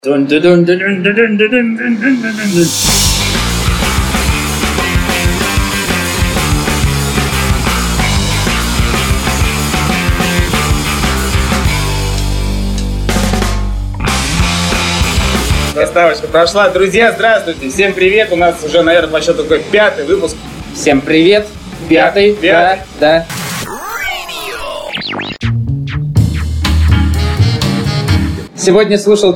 Дун дун дун дун дун дун дун дун дун дун. Доставочка прошла. Друзья, здравствуйте. Всем привет. У нас уже, наверное, по счету такой 5-й выпуск. Всем привет. Пятый. Да. Сегодня слушал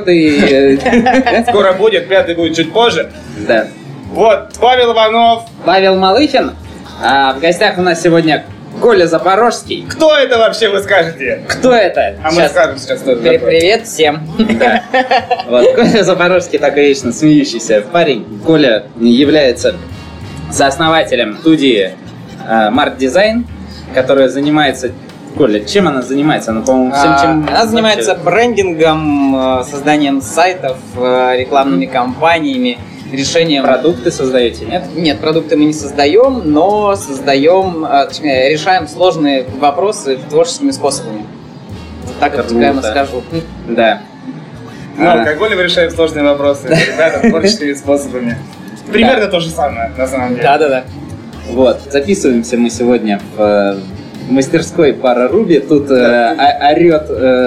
4-й. Скоро будет, 5-й будет чуть позже. Да. Вот, Павел Иванов. Павел Малыхин. А в гостях у нас сегодня Коля Запорожский. Кто это вообще, вы скажете? Кто это? А мы скажем сейчас, кто это такой. Привет всем. Да. Вот, Коля Запорожский, такой вечно смеющийся парень. Коля является сооснователем студии Mart Design, которая занимается... Коля, чем она занимается? Она, по-моему, всем, чем... Она занимается брендингом, созданием сайтов, рекламными кампаниями, решением... Продукты создаете, нет? Нет, продукты мы не создаем, но точнее, решаем сложные вопросы творческими способами. Вот так обтекаемо скажу. Да. Мы алкоголем решаем сложные вопросы, ребята, творческими способами. Примерно то же самое, на самом деле. Да. Вот, записываемся мы сегодня в мастерской пара Руби. Тут орет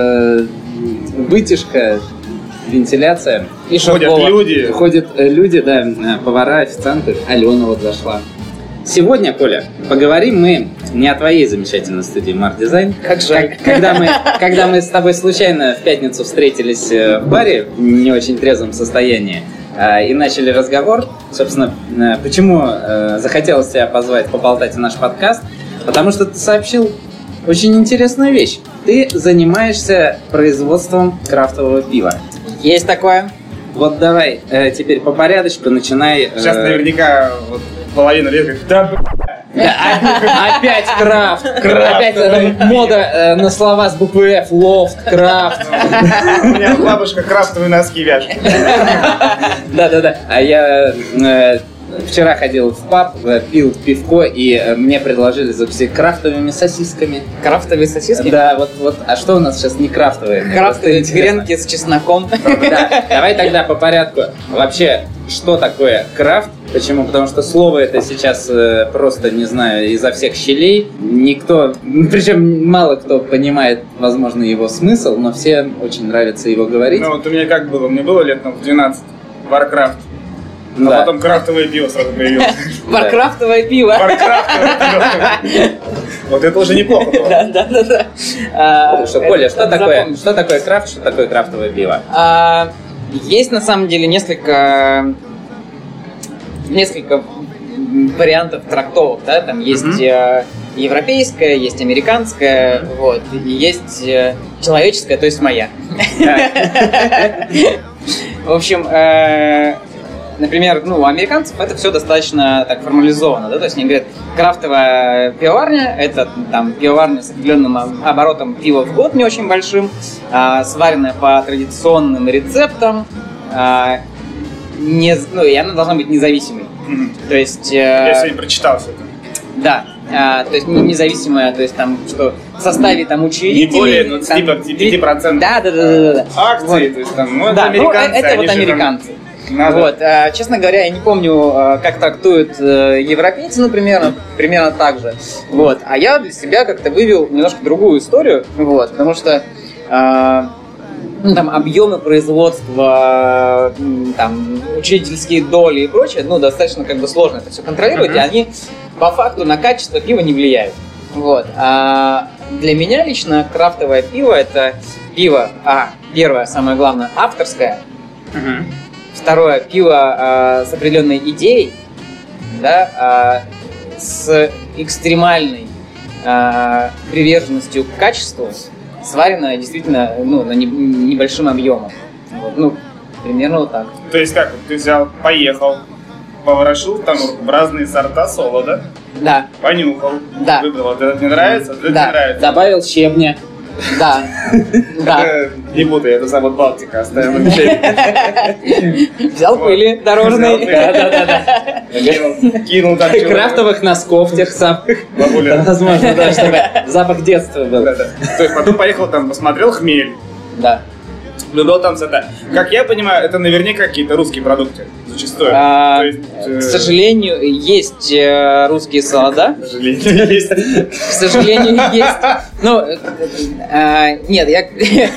вытяжка, вентиляция. И Ходят люди. Ходят люди, да, повара, официанты. Алена вот зашла. Сегодня, Коля, поговорим мы не о твоей замечательной студии Mart Design. Как жаль. Когда мы с тобой случайно в пятницу встретились в баре в не очень трезвом состоянии и начали разговор, собственно, почему захотелось тебя позвать поболтать в наш подкаст, потому что ты сообщил очень интересную вещь. Ты занимаешься производством крафтового пива. Есть такое. Вот давай теперь по порядочку начинай. Сейчас наверняка вот, половина лет говорит, Опять крафт. Опять мода на слова с буквы F. Лофт, крафт. у меня бабушка крафтовые носки вяжет. Да. А я вчера ходил в паб, пил пивко, и мне предложили запустить крафтовыми сосисками. Крафтовые сосиски? Да, вот. А что у нас сейчас не крафтовые? Крафтовые гренки с чесноком. Да, давай тогда по порядку. Вообще, что такое крафт? Почему? Потому что слово это сейчас просто, не знаю, изо всех щелей. Никто, причем мало кто понимает, возможно, его смысл, но всем очень нравится его говорить. Ну вот у меня как было? Мне было лет в 12 Warcraft. А Да. потом крафтовое пиво сразу появилось. Варкрафтовое пиво. Warcraft пиво. Вот это уже неплохо было. Да. Что, Коля, что такое крафт, что такое крафтовое пиво? Есть на самом деле несколько вариантов трактовок, да, там есть европейская, есть американская, вот, и есть человеческая, то есть моя. В общем, например, у американцев это все достаточно так формализовано, да, то есть они говорят, крафтовая пивоварня, это там пивоварня с определенным оборотом пива в год, не очень большим, сваренная по традиционным рецептам, и она должна быть независимой. То есть... Я сегодня прочитал все это. Да, то есть независимая, то есть там, что в составе там учредителей... Не более 25%. Да. Акции, Вот. то есть там, Да, американцы. это они вот же там американцы. надо. Вот, честно говоря, я не помню, как трактуют европейцы, ну, примерно так же. Вот, а я для себя как-то вывел немножко другую историю, вот, потому что там объемы производства, там учредительские доли и прочее, достаточно как бы сложно это все контролировать, и они по факту на качество пива не влияют. Вот. А для меня лично крафтовое пиво это пиво, первое, самое главное, авторское. Второе, пиво с определенной идеей, да, с экстремальной приверженностью к качеству, сварено действительно небольшим объемом. Вот, примерно вот так. То есть как, ты взял, поехал, поворошил там в разные сорта солода, Да. понюхал, Да. выбрал, вот этот мне нравится, вот этот Да. не нравится. Добавил щебня. Да. Не буду, я это сам от Балтика оставил на печенье. Взял пыли дорожной. Да. Кинул там чего-то. Крафтовых носков тех самых. Бабуля. Возможно, да, чтобы запах детства был. Да. То есть потом поехал там, посмотрел хмель. Да. Блюдо там это, как я понимаю, это наверняка какие-то русские продукты, зачастую. То есть, К сожалению, есть русские солода. К сожалению, есть. К сожалению, есть. Ну, нет, я...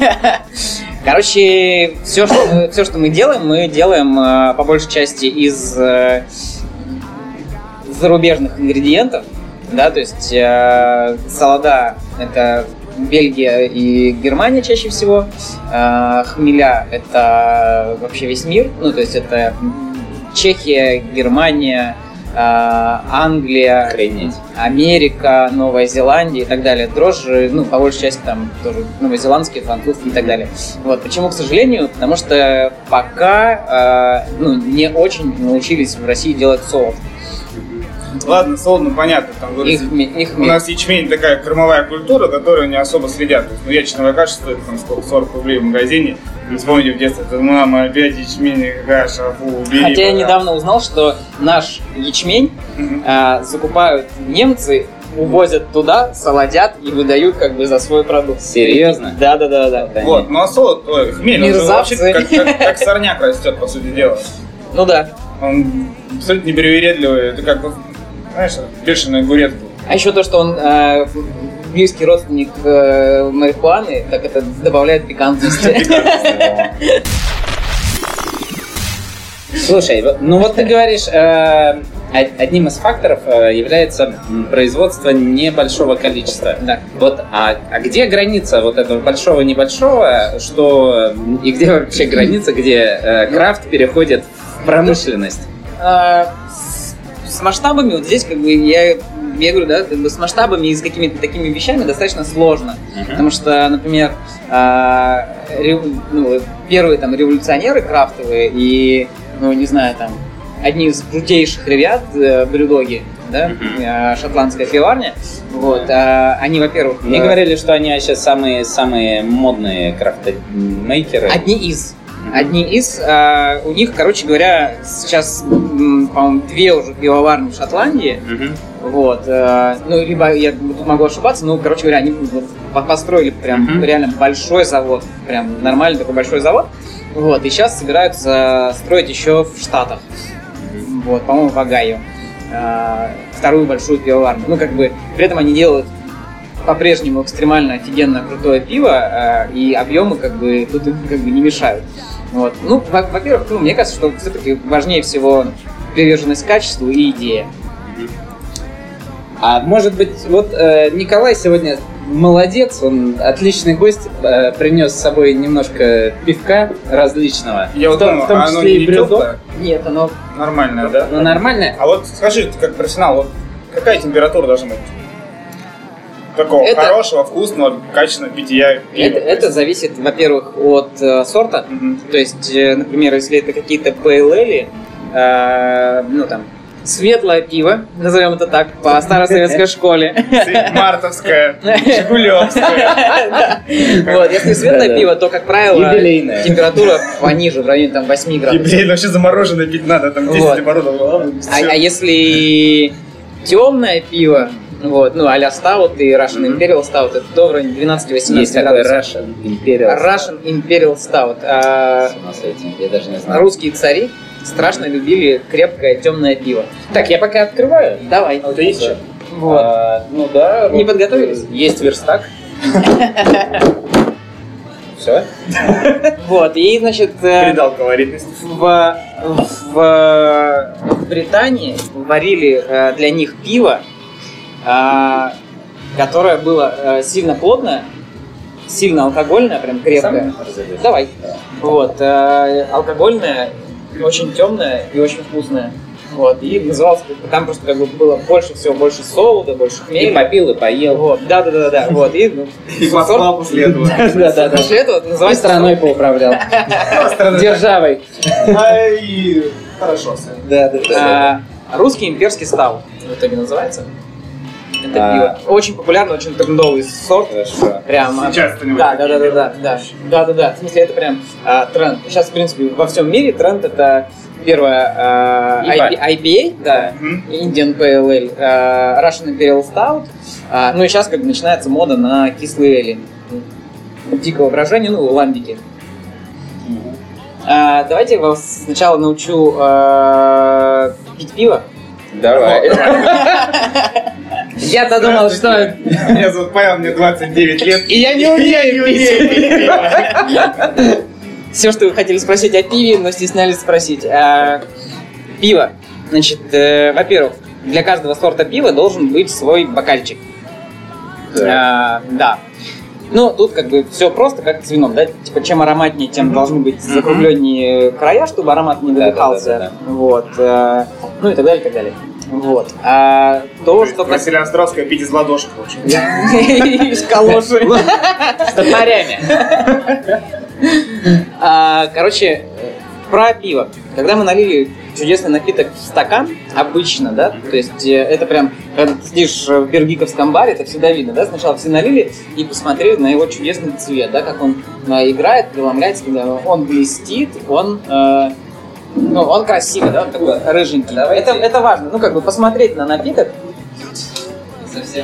Короче, все, что мы делаем по большей части из зарубежных ингредиентов. Да, то есть солода — это Бельгия и Германия чаще всего. Хмеля — это вообще весь мир. Ну, то есть это Чехия, Германия, Англия, Охренеть. Америка, Новая Зеландия и так далее. Дрожжи, ну, по большей части там тоже новозеландские, французские и так далее. Вот. Почему, к сожалению? Потому что пока не очень научились в России делать солод. Ладно, солод, ну понятно, там у нас ячмень такая кормовая культура, которую не особо следят. То есть, ну, ячное каша стоит там сколько, 40 рублей в магазине. Вы вспомните в детстве, это мама, опять ячмень, каша, фу, убери. Хотя я недавно узнал, что наш ячмень закупают немцы, увозят туда, солодят и выдают как бы за свой продукт. Серьезно? Да. Вот, ну а солод, хмель, он же вообще как сорняк растет, по сути дела. Ну да. Он абсолютно непривередливый, это как, знаешь, бешеный огурец был. А еще то, что он близкий родственник марихуаны, так это добавляет пикантности. Слушай, ну вот ты говоришь, одним из факторов является производство небольшого количества. Да. Вот, а где граница вот этого большого-небольшого, что и где вообще граница, где крафт переходит в промышленность? С масштабами, вот здесь как бы я говорю, да, как бы с масштабами и с какими-то такими вещами достаточно сложно. Потому что, например, первые там революционеры крафтовые и, ну, не знаю, там, одни из крутейших ребят, брюдоги, да, шотландская пивоварня, вот, они, во-первых... Мне говорили, что они сейчас самые модные крафтмейкеры. Одни из, у них, короче говоря, сейчас, по-моему, 2 уже пивоварни в Шотландии, вот, ну, либо я тут могу ошибаться, но, короче говоря, они построили прям реально большой завод, прям нормальный такой большой завод, вот, и сейчас собираются строить еще в Штатах, вот, по-моему, в Огайо, вторую большую пивоварню, ну, как бы, при этом они делают по-прежнему экстремально офигенно крутое пиво, и объемы как бы тут как бы не мешают. Вот. Ну, во-первых, ну, мне кажется, что все-таки важнее всего приверженность качеству и идея. А может быть, вот Николай сегодня молодец, он отличный гость, принес с собой немножко пивка различного. Я вот думаю, в том числе и брюдо. Нет, оно нормальное, да? Ну, нормальное. А вот скажи, ты как профессионал, вот какая температура должна быть? Такого хорошего, вкусного, качественного питья пива. Это зависит, во-первых, от сорта. То есть, например, если это какие-то pale ale, ну там, светлое пиво, назовем это так, по старосоветской школе. Мартовское, жигулевское. Вот, если светлое пиво, то, как правило, температура пониже, в районе там 8 градусов. Блин, вообще замороженное пить надо, там 10 оборудов. А если темное пиво, вот, ну, а-ля Stout и Russian Imperial Stout, это то в районе 12-18 Есть такой Russian Imperial. Russian Imperial Stout. Я даже не знаю. Русские цари страшно любили крепкое темное пиво. Так, я пока открываю. Давай. А у тебя есть что? Вот. Ну да. Не подготовились? Есть верстак. Все. Вот, и, значит, Придал колоритность. в Британии варили для них пиво, которое было сильно плотное, сильно алкогольное, прям крепкое. Давай. Вот, алкогольное, очень темное и очень вкусное. Вот, и называлось, там просто как бы было больше всего, больше солода, больше хмеля. И попил, и поел. Вот, да, вот, и поспал после этого. Да. После этого называется страной поуправлял. Державой. Ай, хорошо. Да. Русский имперский стаут в итоге называется. Это пиво. Очень популярный, очень трендовый сорт. Хорошо. Прям. Сейчас кто-нибудь Да. В смысле, это прям тренд. Сейчас, в принципе, во всем мире тренд это первое IPA, да, Indian Pale Ale, Russian Imperial Stout. Ну и сейчас как бы начинается мода на кислые эли. Дикого брожения, ну, ламбики. Давайте я вас сначала научу пить пиво. Давай. Я-то думал, что... Меня зовут Павел, мне 29 лет. И я не умею пить. Все, что вы хотели спросить о пиве, но стеснялись спросить. Пиво. Значит, во-первых, для каждого сорта пива должен быть свой бокальчик. Да. Ну, тут как бы все просто, как с вином, да? Типа, чем ароматнее, тем должны быть закругленнее края, чтобы аромат не выдыхался. Да. Вот. Ну и так далее, и так далее. Вот. То, что... Василия Островская пить из ладошек, в общем. Из калоши. С топорями. Короче, про пиво. Когда мы налили чудесный напиток в стакан, обычно, да, то есть это прям, когда ты сидишь в бергиковском баре, это всегда видно, да, сначала все налили и посмотрели на его чудесный цвет, да, как он играет, преломляется, когда он блестит, он красивый, да, он такой рыженький. Это важно, ну, как бы посмотреть на напиток. Совсем.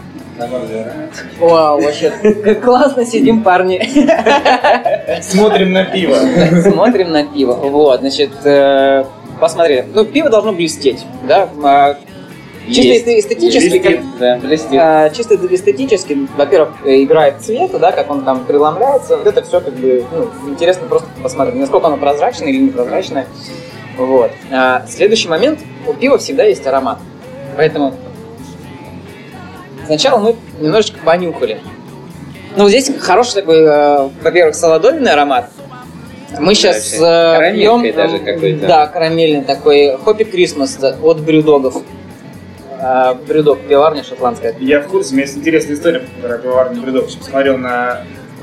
Вау, вообще, как классно сидим, парни. Смотрим на пиво. Смотрим на пиво. Вот, значит, посмотрели. Ну, пиво должно блестеть, да? Чисто эстетически, чисто эстетически, во-первых, играет цвет, да, как он там преломляется. Вот это все как бы интересно просто посмотреть, насколько оно прозрачное или непрозрачное. Вот. Следующий момент: у пива всегда есть аромат. Поэтому сначала мы немножечко понюхали. Ну, здесь хороший такой, во-первых, солодовинный аромат. Мы сейчас пьем, даже какой-то. Да, карамельный такой Hoppy Christmas от Брюдогов. Брюдог, пивоварня шотландская. Я в курсе, у меня есть интересная история про пивоварню Брюдог. Посмотрел на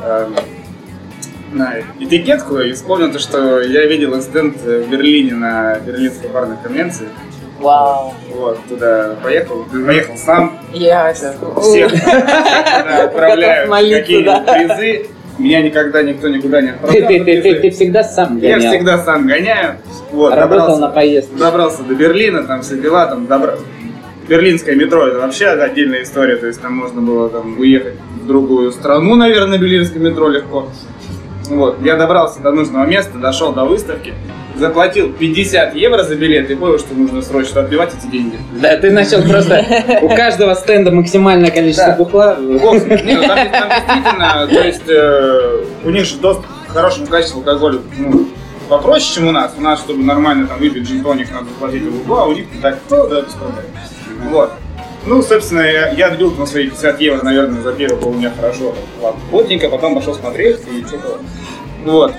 этикетку и вспомнил то, что я видел стенд в Берлине на Берлинской барной конвенции. Вау. Вот, туда поехал сам. Я всех отправляю какие-нибудь призы. Меня никогда никто никуда не отправлял. Ты всегда сам гонял. Я всегда сам гоняю. Вот, работал на поездке. Добрался до Берлина, там все дела, там Берлинское метро — это вообще отдельная история, то есть там можно было там уехать в другую страну, наверное, на берлинское метро легко. Вот, я добрался до нужного места, дошел до выставки, заплатил 50 евро за билет и понял, что нужно срочно отбивать эти деньги. Да, ты начал просто у каждого стенда максимальное количество бухла. Нет, там действительно, то есть у них же доступ к хорошему качеству алкоголя попроще, чем у нас. У нас, чтобы нормально там выпить джин-тоник, надо заплатить в углу, а у них так, да, без проблем. Вот. Ну, собственно, я отбил на свои 50 евро, наверное, за первый был у меня хорошо, плотненько, потом пошел смотреть и что-то. Вот.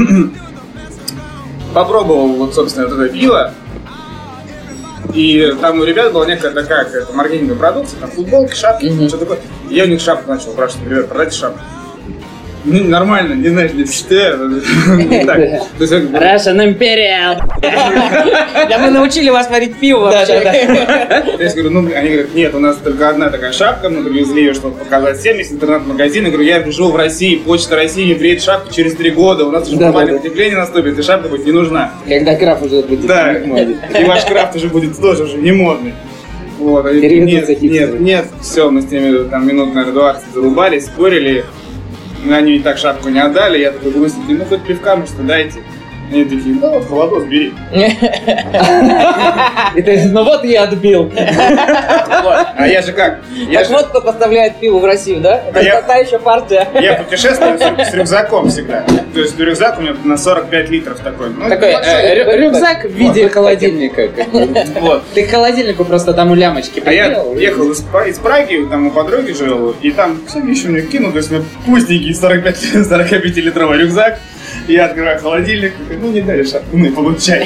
Попробовал, вот, собственно, вот это пиво. И там у ребят была некая такая какая-то маркетинговая продукция, там футболки, шапки, что такое. Я у них шапку начал спрашивать: ребят, продайте шапку. Ну, нормально, не знаешь, что Russian Imperial. Да мы научили вас варить пиво вообще. Я говорю, они говорят: нет, у нас только одна такая шапка, мы привезли ее, чтобы показать всем, есть интернет-магазин. Я говорю: я пришел в Россию, Почта России не приедет шапка через 3 года, у нас уже глобальное потепление наступит, и шапка будет не нужна. Когда крафт уже будет не модный. И ваш крафт уже будет тоже уже не модный. Вот, нет, все, мы с ними там минут, наверное, 20 зарубались, спорили. Они и так шапку не отдали, я такой грустненький: ну хоть пивка, может, дайте. Они такие: ну вот, холодос, бери. И ты: ну вот я отбил. А я же как? Так вот кто поставляет пиво в Россию, да? Это та еще партия. Я путешествую с рюкзаком всегда. То есть рюкзак у меня на 45 литров такой. Такой рюкзак в виде холодильника. Ты к холодильнику просто там у лямочки приехал. А я ехал из Праги, там у подруги жил, и там все вещи мне кинул, то есть у меня пустенький 45-литровый рюкзак. Я открываю холодильник, ну не дали шапку, ну и получай.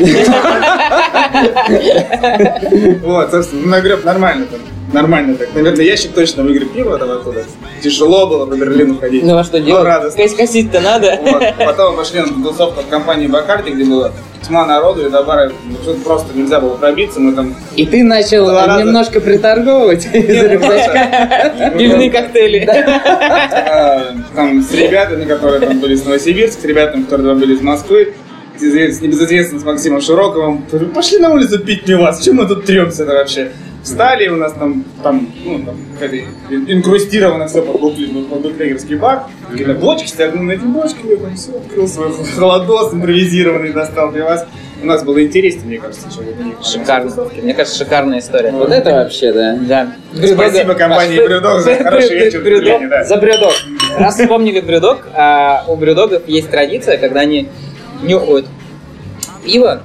Вот, собственно, нагреб нормально там. Нормально так. Наверное, ящик точно выгреб пиво там оттуда. Тяжело было по Берлину ходить. Ну а что делать? Косить-то надо. Вот. Потом пошли на тусовку в компании Бакарди, где было тьма народу, и до бара просто нельзя было пробиться. Мы там... И ты начал немножко приторговывать из рюкзачка. Пивные коктейли. Там с ребятами, которые там были с Новосибирска, с ребятами, которые были из Москвы, с небезызвестным, с Максимом Широковым. Пошли на улицу пить пивас, чем мы тут трёмся-то вообще? встали, у нас там инкрустировано все под бутлегерский бар, какие-то бочки стоят, на эти бочки я там все открыл свой холодос импровизированный, достал для вас. У нас было интереснее, мне кажется, чем у них. Шикарно. Мне кажется, шикарная история. Вот это вообще, да. Да. Спасибо компании Брюдог за хороший вечер. За Брюдог. Раз вспомнили Брюдог, у Брюдогов есть традиция, когда они нюхают пиво,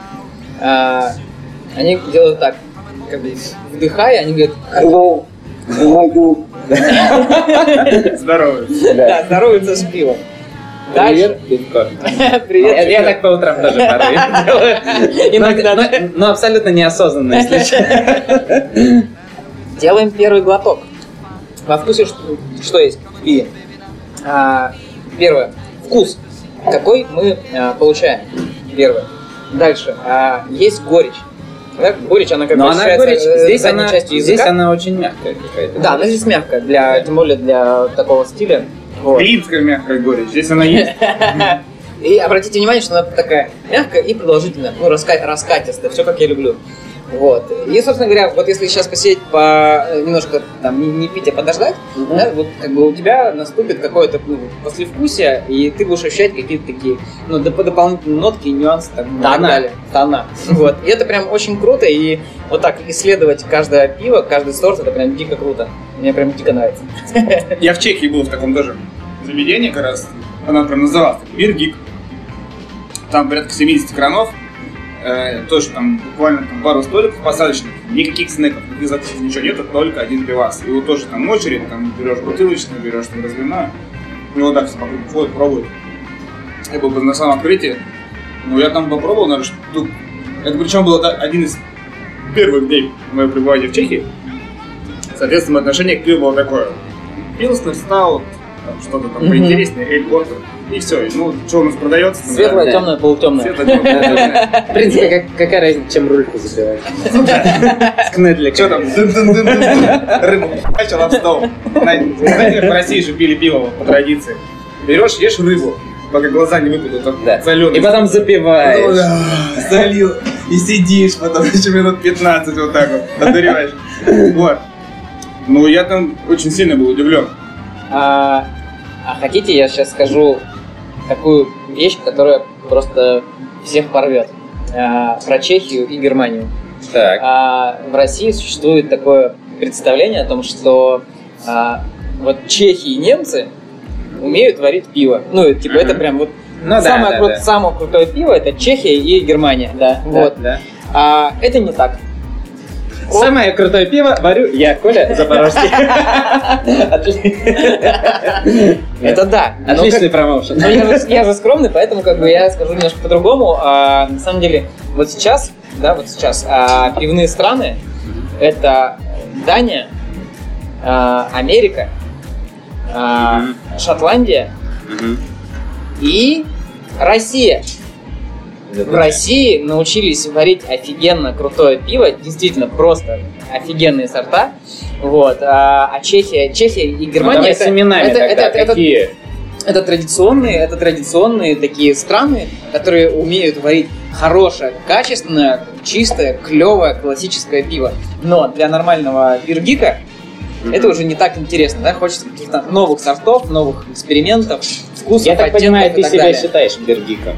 они делают так, как бы вдыхая, они говорят «Hello». Здороваются. Да, здороваются с пивом. Привет, пивко. Привет. Я так по утрам тоже порой делаю. Иногда. Но абсолютно неосознанно, если честно. Делаем первый глоток. Во вкусе что есть в пиве? Первое. Вкус. Какой мы получаем? Первое. Дальше. Есть горечь. Да, горечь, она как бы ощущается задней частью языка. Здесь она очень мягкая какая-то. Да, она здесь мягкая, тем более для такого стиля. Клинская мягкая горечь, здесь она есть. И обратите внимание, что она такая мягкая и продолжительная, раскатистая, все как я люблю. Вот. И, собственно говоря, вот если сейчас посидеть немножко там не пить, а подождать, да, вот как бы у тебя наступит какое-то послевкусие, и ты будешь ощущать какие-то такие, дополнительные нотки, нюансы, так далее. Тона. Вот. И это прям очень круто, и вот так исследовать каждое пиво, каждый сорт, это прям дико круто. Мне прям дико нравится. Я в Чехии был в таком тоже заведении, как раз, она прям называлась Биргик. Там порядка 70 кранов. Тоже там буквально пару столиков посадочных, никаких снеков, никаких закусок, ничего нету, только один пивас. И вот тоже там очередь, там берешь бутылочную, берешь там разливную, и вот так все ходят, пробуют. Я был на самом открытии, я там попробовал, наверное, штук. Это причем был один из первых дней моего пребывания в Чехии. Соответственно, мое отношение к пиву было такое: пилснер, стаут, что-то там поинтереснее, эль-портер. И все, что у нас продается? Светлое, темное, полутемное. В принципе, какая разница, чем рульку запивать? С кнедликом. Что там? Рыбу начал об стол. Знаете, в России же пили пиво по традиции. Берешь, ешь рыбу, пока глаза не выпадут от соленой. И потом запиваешь. Залил. И сидишь потом еще минут 15 вот так вот, одуреваешь. Вот. Я там очень сильно был удивлен. А хотите, я сейчас скажу такую вещь, которая просто всех порвет. Про Чехию и Германию. Так. В России существует такое представление о том, что вот чехи и немцы умеют варить пиво. Это прям вот самое крутое пиво — это Чехия и Германия. Да, вот. Да. Это не так. Самое крутое пиво варю я, Коля Запорожский. Это да. Отличный промоушен. Я же скромный, поэтому я скажу немножко по-другому. На самом деле, вот сейчас пивные страны — это Дания, Америка, Шотландия и Россия. В России научились варить офигенно крутое пиво, действительно просто офигенные сорта. Вот. А Чехия и Германия это традиционные такие страны, которые умеют варить хорошее, качественное, чистое, клевое, классическое пиво. Но для нормального биргика это уже не так интересно, да? Хочется каких-то новых сортов, новых экспериментов, вкусов, я так понимаю, ты себя далее. Считаешь биргиком?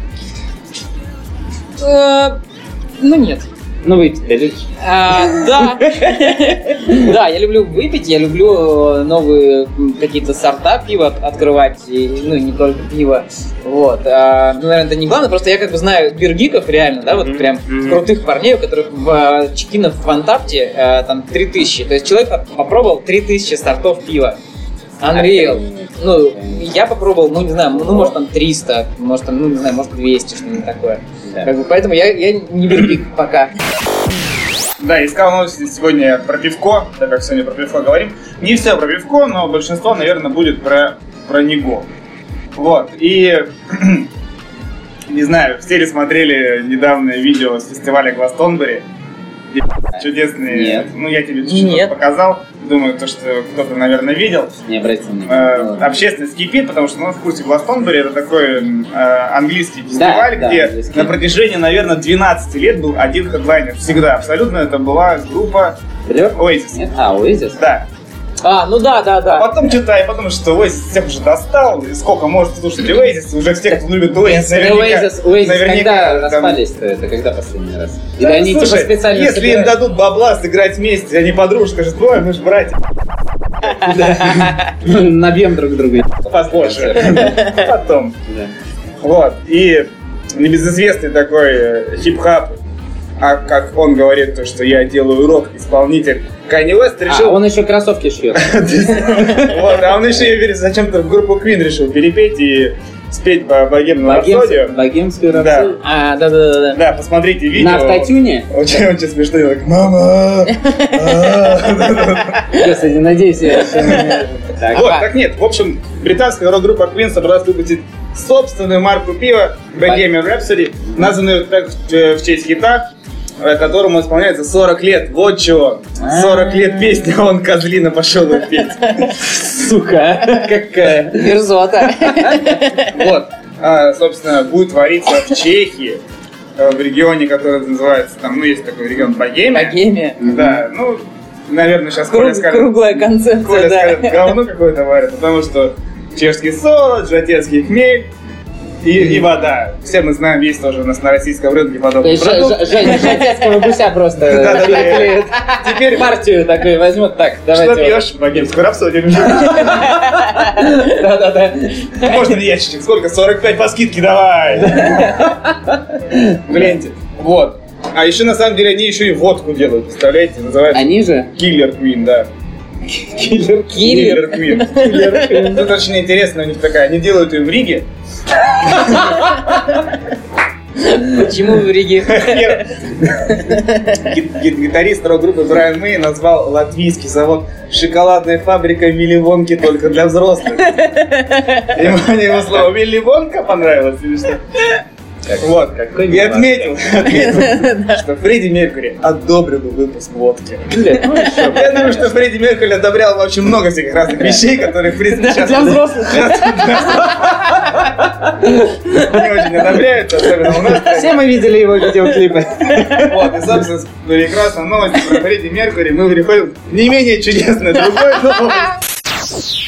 Нет. Выпить ты любишь? Да. Да, я люблю выпить, я люблю новые какие-то сорта пива открывать, не только пиво. Вот. Наверное, это не главное, просто я знаю биргиков реально, да, вот прям крутых парней, у которых в чекинах в Антапте там 3000. То есть человек попробовал 3000 сортов пива. Unreal. Я попробовал, может там 300, может там, может 200, что-нибудь такое. Да. Поэтому я не биргик пока. Да, искал новости сегодня про пивко, так как сегодня про пивко говорим. Не все про пивко, но большинство, наверное, будет про него. Вот, и не знаю, все ли смотрели недавнее видео с фестиваля Гластонбери? Чудесные. Нет. Я тебе чуть-чуть показал. думаю, то, что кто-то, наверное, видел. Не обратил внимания. Общественность кипит, потому что, в курсе, Гластонбери — это такой английский фестиваль, где английский. На протяжении, наверное, 12 лет был один хедлайнер. Всегда, абсолютно, это была группа Oasis. Oasis? Да. Ну да. А потом что-то я подумал, что Oasis всех уже достал, и сколько может слушать Oasis, уже всех, кто любит Oasis, наверняка когда распались-то, это когда последний раз? Или они типа специально если им дадут бабла сыграть вместе, они подружки скажут: ой, мы же братья. Набьем друг друга. Послушай. Потом. Вот. И небезызвестный такой хип-хап, а как он говорит, то, что я делаю рок-исполнитель, Канье Уэст решил... он еще кроссовки шьет. Вот, а он еще зачем-то в группу Queen решил перепеть и спеть богемную рапсодию. Богемскую рапсодию? Да. Да, очень видео. На автотюне? Очень смешно. Я так: мама! Господи, надеюсь, я... Вот, так нет. В общем, британская рок-группа Queen собралась выпустить собственную марку пива Bohemian Rhapsody, названную так в честь хита, которому исполняется 40 лет. Вот чего. 40 лет песни, а он козлина пошел их петь. Сука, какая мерзота. Вот. Собственно, будет твориться в Чехии, в регионе, который называется, там, есть такой регион Богемия. Богемия. Да, наверное, сейчас Коля скажет... Круглая концепция, Коля скажет, говно какое-то варят, потому что чешский солод, жатецкий хмель и вода. Все мы знаем, есть тоже у нас на российском рынке подобный продукт. Женя жатецкого гуся просто переклеит. Теперь партию такой возьмет. Так, давайте. Что пьешь? Богемскую рапсодию. Да. Можно ли ящичек? Сколько? 45 по скидке, давай. Гляньте. Вот. А еще на самом деле они еще и водку делают, представляете? Называется они же? Killer Queen, да. Killer Queen. Тут очень интересно, у них такая, они делают ее в Риге. Почему в Риге? Гитарист рок-группы Брайан Мэй назвал латвийский завод «Шоколадная фабрика Вилли Вонки только для взрослых». Ему слово «Вилли Вонка» понравилось или что? Вот, и отметил, что Фредди Меркьюри одобрил выпуск водки. Я думаю, что Фредди Меркьюри одобрял очень много всяких разных вещей, которые, в принципе, сейчас... Для взрослых. Не очень одобряются, особенно у нас. Все мы видели его видеоклипы. Вот, и, собственно, прекрасная новость про Фредди Меркьюри. Мы переходим к не менее чудесной другой новости.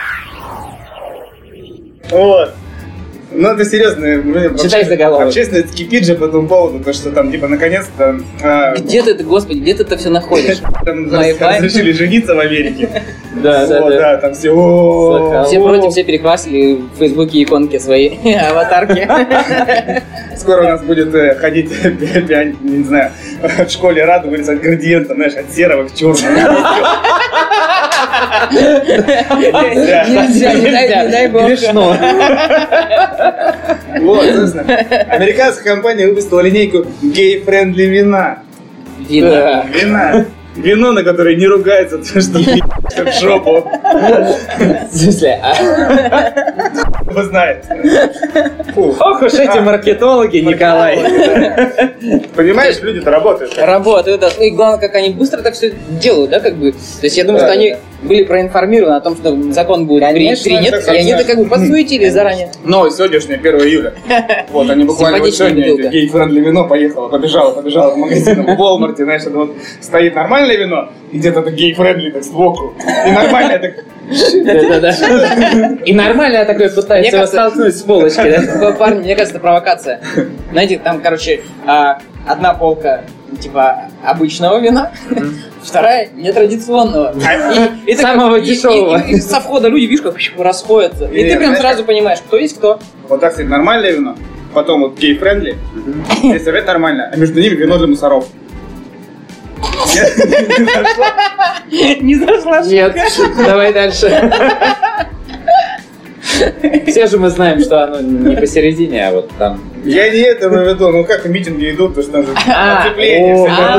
Вот. Ну, это серьезно. Читай заголовок. Общественность кипит же по этому поводу, то, что там, типа, наконец-то... Где ты это, господи, где ты это все находишь? Там разрешили жениться в Америке. Да, там все... Все против, все перекрасили в Фейсбуке иконки свои, аватарки. Скоро у нас будет ходить, не знаю, в школе радуга рисовать градиентом, знаешь, от серого к черному. Нельзя, не дай бог. Грешно. Вот, собственно, американская компания выпустила линейку гей-френдли вина. Вина. Вино, на которое не ругается, потому что в жопу. В смысле? Вы знаете. Ох уж эти маркетологи, Николай. Понимаешь, люди-то работают. Работают, да. И главное, как они быстро так все делают, да, как бы. То есть я думаю, что они были проинформированы о том, что закон будет принят, и они-то как бы подсуетились заранее. Новость сегодняшняя, 1 июля. Вот, они буквально вот сегодня гей-френдли вино побежало в магазин в Walmart, знаешь, это вот стоит нормальное вино, и где-то это гей-френдли так сбоку, и нормальное так... И нормально такой пытается его столкнуть с полочки, да? Парни, мне кажется, это провокация. Знаете, там, короче, одна полка типа обычного вина, вторая нетрадиционного. И самого дешевого. И со входа люди, видишь, как расходятся. И ты прям сразу понимаешь, кто есть кто. Вот так стоит нормальное вино, потом вот гей-френдли, здесь опять нормально, а между ними вино для мусоров. Не зашла? Нет, давай дальше. Все же мы знаем, что оно не посередине, а вот там... Я не это имею в виду, ну как митинги идут, то что там же оцепление,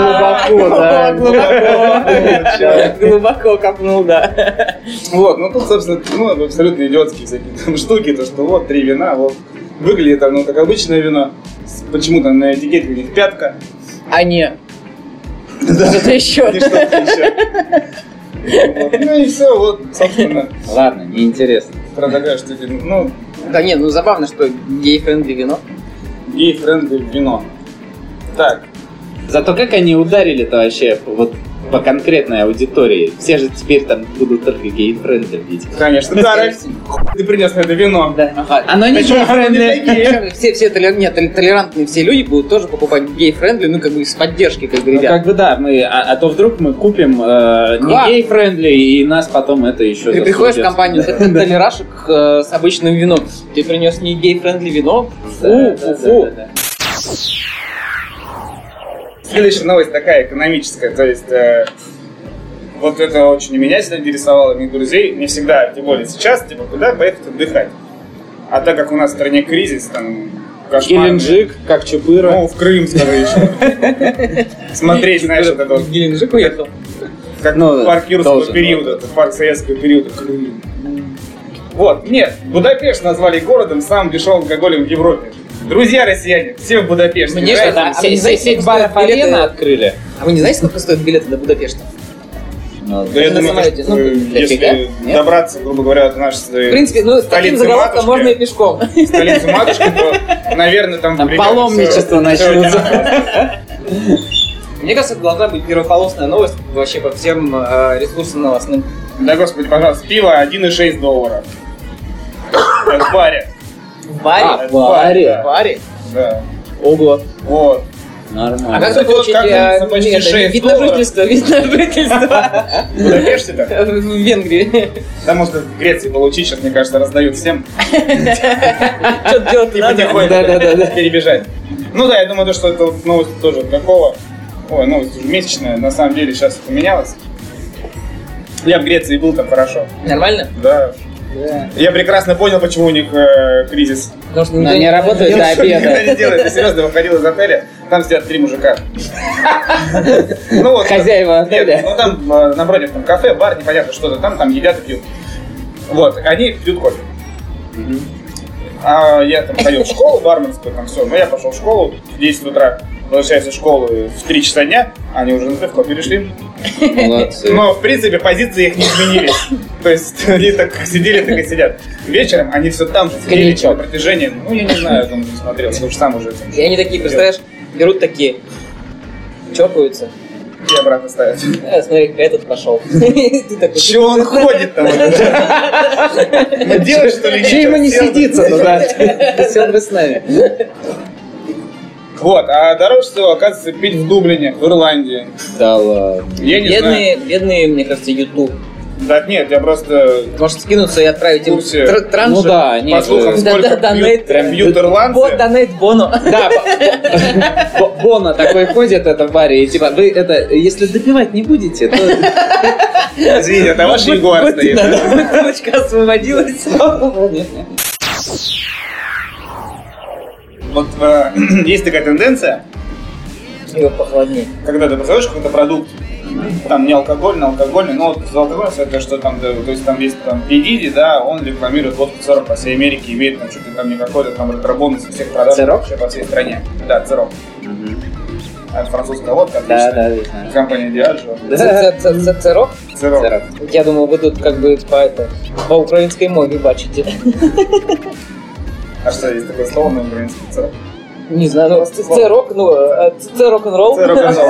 глубоко, глубоко копнул, да. Вот, ну тут, собственно, абсолютно идиотские всякие там штуки, то что вот 3 вина, вот выглядит оно как обычное вино, почему-то на этикетке у них 5. А не. Что-то еще. Ну и все, вот, собственно. Ладно, неинтересно. Предлагаю, что тебе, ну... Да нет, ну забавно, что гей-френдли вино. Гей-френдли вино. Так. Зато как они ударили-то вообще вот по конкретной аудитории? Все же теперь там будут только гей-френдли пить. Конечно, да, ты принес на это вино. Да. Оно не гей-френдли. Все толерантные все люди будут тоже покупать гей-френдли, ну как бы с поддержки, как бы, Ну ребят. как бы да, а то вдруг мы купим не гей-френдли, и нас потом это еще Ты приходишь в компанию толерашек с обычным вином, ты принес не гей-френдли вино, фу. Следующая новость такая экономическая, то есть вот это очень и меня всегда интересовало, и моих друзей, не всегда, тем более сейчас, типа, куда поехать отдыхать. А так как у нас в стране кризис, там, кошмар. Геленджик, как Чупыра. Ну, в Крым, скажи еще. Смотреть, знаешь, вот это вот. В Геленджик уехал. Как парк юрского периода, это парк советского периода. Крым. Вот, нет, Будапешт назвали городом с самым дешевым алкоголем в Европе. Друзья россияне, все в Будапеште. Мне что, там сеть баров Арена открыли. А вы не знаете, сколько стоят билеты до Будапешта? Да, я думаю, если добраться, грубо говоря, до нашей в принципе, ну, с таким заголовком можно и пешком. Столицу матушки, то, наверное, там паломничество начнется. Мне кажется, это должна быть первополосная новость вообще по всем ресурсам новостным. Да, господи, пожалуйста, пиво $1,6. В баре. В баре? В баре? В баре? Да. Ого. Вот. Нормально. А как вы получите вид на жительство? Вид на жительство. В Будапеште-то? В Венгрии. Да, можно в Греции получить, сейчас, мне кажется, раздают всем. Что-то делать не надо. Да, перебежать. Ну да, я думаю, что это новость тоже такого. Ой, новость уже месячная, на самом деле сейчас поменялась. Я в Греции был, там хорошо. Нормально? Да. Я прекрасно понял, почему у них кризис. Потому что никто не работает до обеда. Не делает. Я серьезно выходил из отеля, там сидят 3 мужика. Хозяева отеля. Ну там напротив там кафе, бар, непонятно что-то, там едят и пьют. Вот, они пьют кофе. А я там ходил в школу барменскую, там все. Но я пошел в школу в 10 утра, возвращаюсь из школы в 3 часа дня, они уже на пивко перешли. Молодцы. Но, в принципе, позиции их не изменились. То есть, они так сидели, так и сидят. Вечером они все там же сидели на протяжении, ну, я не знаю, я думаю, не смотрел, потому что сам уже... И они такие, представляешь, берут такие, чокаются. И обратно ставят. Смотри, этот пошел. Чего он ходит там? Делать, что ли, Че ему не сидится туда? Сел бы с нами. Вот, а дороже всего, оказывается, пить в Дублине, в Ирландии. Да ладно. Я не знаю. Бедные, мне кажется, YouTube. Да нет, я просто... Может скинуться и отправить им транш. Ну да, нет. По слухам, сколько пьют ирландцы. Донейт Боно. Да, Боно такой ходит это в баре, и типа, вы это, если допивать не будете, то... Извини, это ваш Егор стоит. Бутылочка освободилась. Вот есть такая тенденция, Его похолоднее. когда ты производишь какой-то продукт, там не алкогольный, но вот за алкоголь это что там, да, то есть там есть там P. Diddy, да, он рекламирует водку Цирок по всей Америке, имеет там что-то там не какой-то там ретробонус со всех продаж вообще по всей стране. Да, Цирок. Это французская водка, отличная. Да. Компания Diageo. Цирок? Цирок. Я думал, вы тут как бы по украинской мове бачите. А что, есть такое слово на украинском? Цирок? Не знаю, ну, цирок, рок-н-ролл.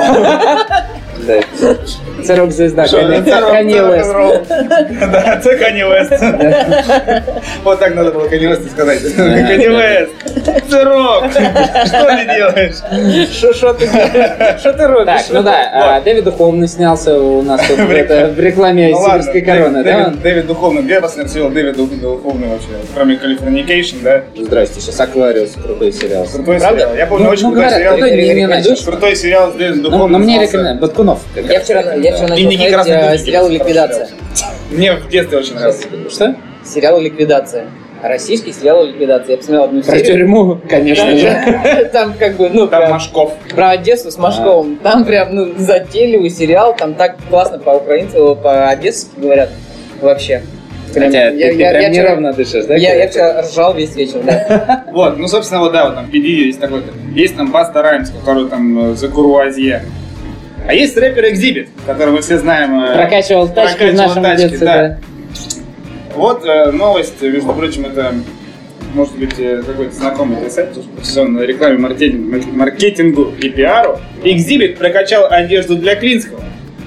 Цирок звезда, Kanye West. Да, это Kanye West. Вот так надо было Kanye West сказать. Kanye West, Цирок, что ты делаешь? Что ты робишь? Так, ну да, Дэвид Духовный снялся у нас тут в рекламе Сибирской короны, да? Дэвид Духовный, где я последний видел Дэвид Духовный вообще? Кроме Californication, да? Здрасте, сейчас Аквариус, крутой сериал. Крутой сериал. Я помню, очень крутой сериал. Крутой сериал с Дэвидом Духовным. Но мне рекомендуют, Баткунов. Я вчера начал смотреть сериал «Ликвидация». Мне в детстве очень нравился. Что? Сериал «Ликвидация». Российский сериал «Ликвидация». Я посмотрел одну серию. Про тюрьму, конечно же. Там как бы, ну... Там Машков. Про Одессу с Машковым. Там прям, ну, затейливый сериал. Там так классно по-одесски говорят вообще. Хотя ты прям неровно дышишь, да? Я вчера ржал весь вечер, да. Вот, ну, собственно, вот, да, вот там P. Diddy есть такой-то. Есть там Баста Раймс, который там The Courvoisier. А есть рэпер Exhibit, который мы все знаем. Прокачивал тачки в нашем детстве, да. Вот новость, между прочим, это может быть какой-то знакомый сайт, посвященный рекламе, маркетингу и пиару. Exhibit прокачал одежду для Клинского.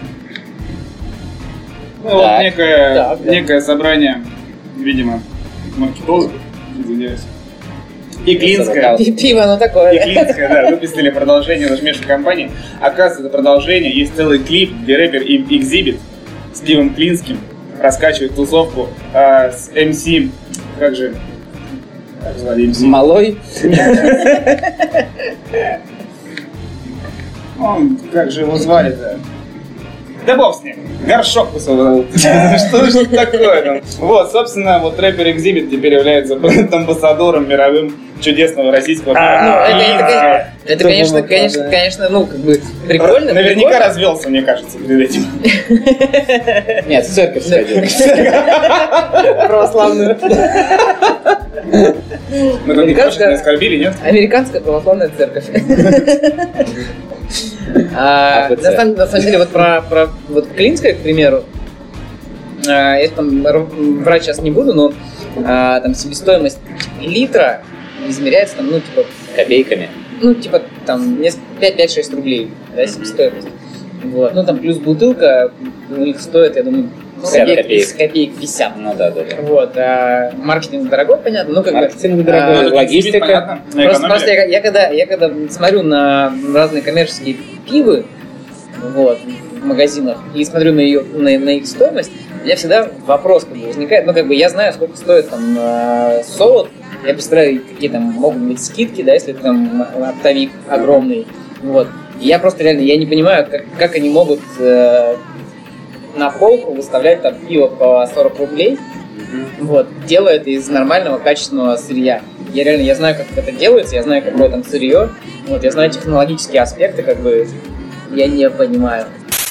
Ну вот некое собрание, видимо, маркетологов, извиняюсь. И Клинская. Пиво, оно такое. И Клинская, да, выпустили продолжение нашей компании. Оказывается, это продолжение. Есть целый клип, где рэпер Exhibit с пивом Клинским раскачивает тусовку с MC. Как звали MC? Малой. Как же его звали-то? Да бог с ним. Горшок кусал. Что такое там? Вот, собственно, вот рэпер Exhibit теперь является амбассадором мировым чудесного российского пива. Это, конечно, ну, как бы прикольно. Наверняка развелся, мне кажется, перед этим. Нет, в церковь сходил. Православную. Мы тут никого не оскорбили, нет? Американская православная церковь. На самом деле, вот про Клинское, к примеру, я там врать сейчас не буду, но там себестоимость литра измеряется там, ну, типа, копейками. Ну, типа, там, 5-6 рублей, да, себестоимость. Вот. Ну, там, плюс бутылка у них стоит, я думаю, копеек 50. Ну, да. Вот. Маркетинг дорогой, понятно, ну, как бы... Маркетинг дорогой, логистика. Просто я когда смотрю на разные коммерческие пивы, вот, в магазинах, и смотрю на их стоимость, у меня всегда вопрос как бы возникает, ну, как бы, я знаю, сколько стоит там солод, я представляю, какие там могут быть скидки, да, если там оптовик огромный, вот. И я просто реально, я не понимаю, как они могут на полку выставлять там пиво по 40 рублей, вот, делая это из нормального качественного сырья. Я знаю, как это делается, я знаю, какое там сырье, вот, я знаю технологические аспекты, как бы, я не понимаю.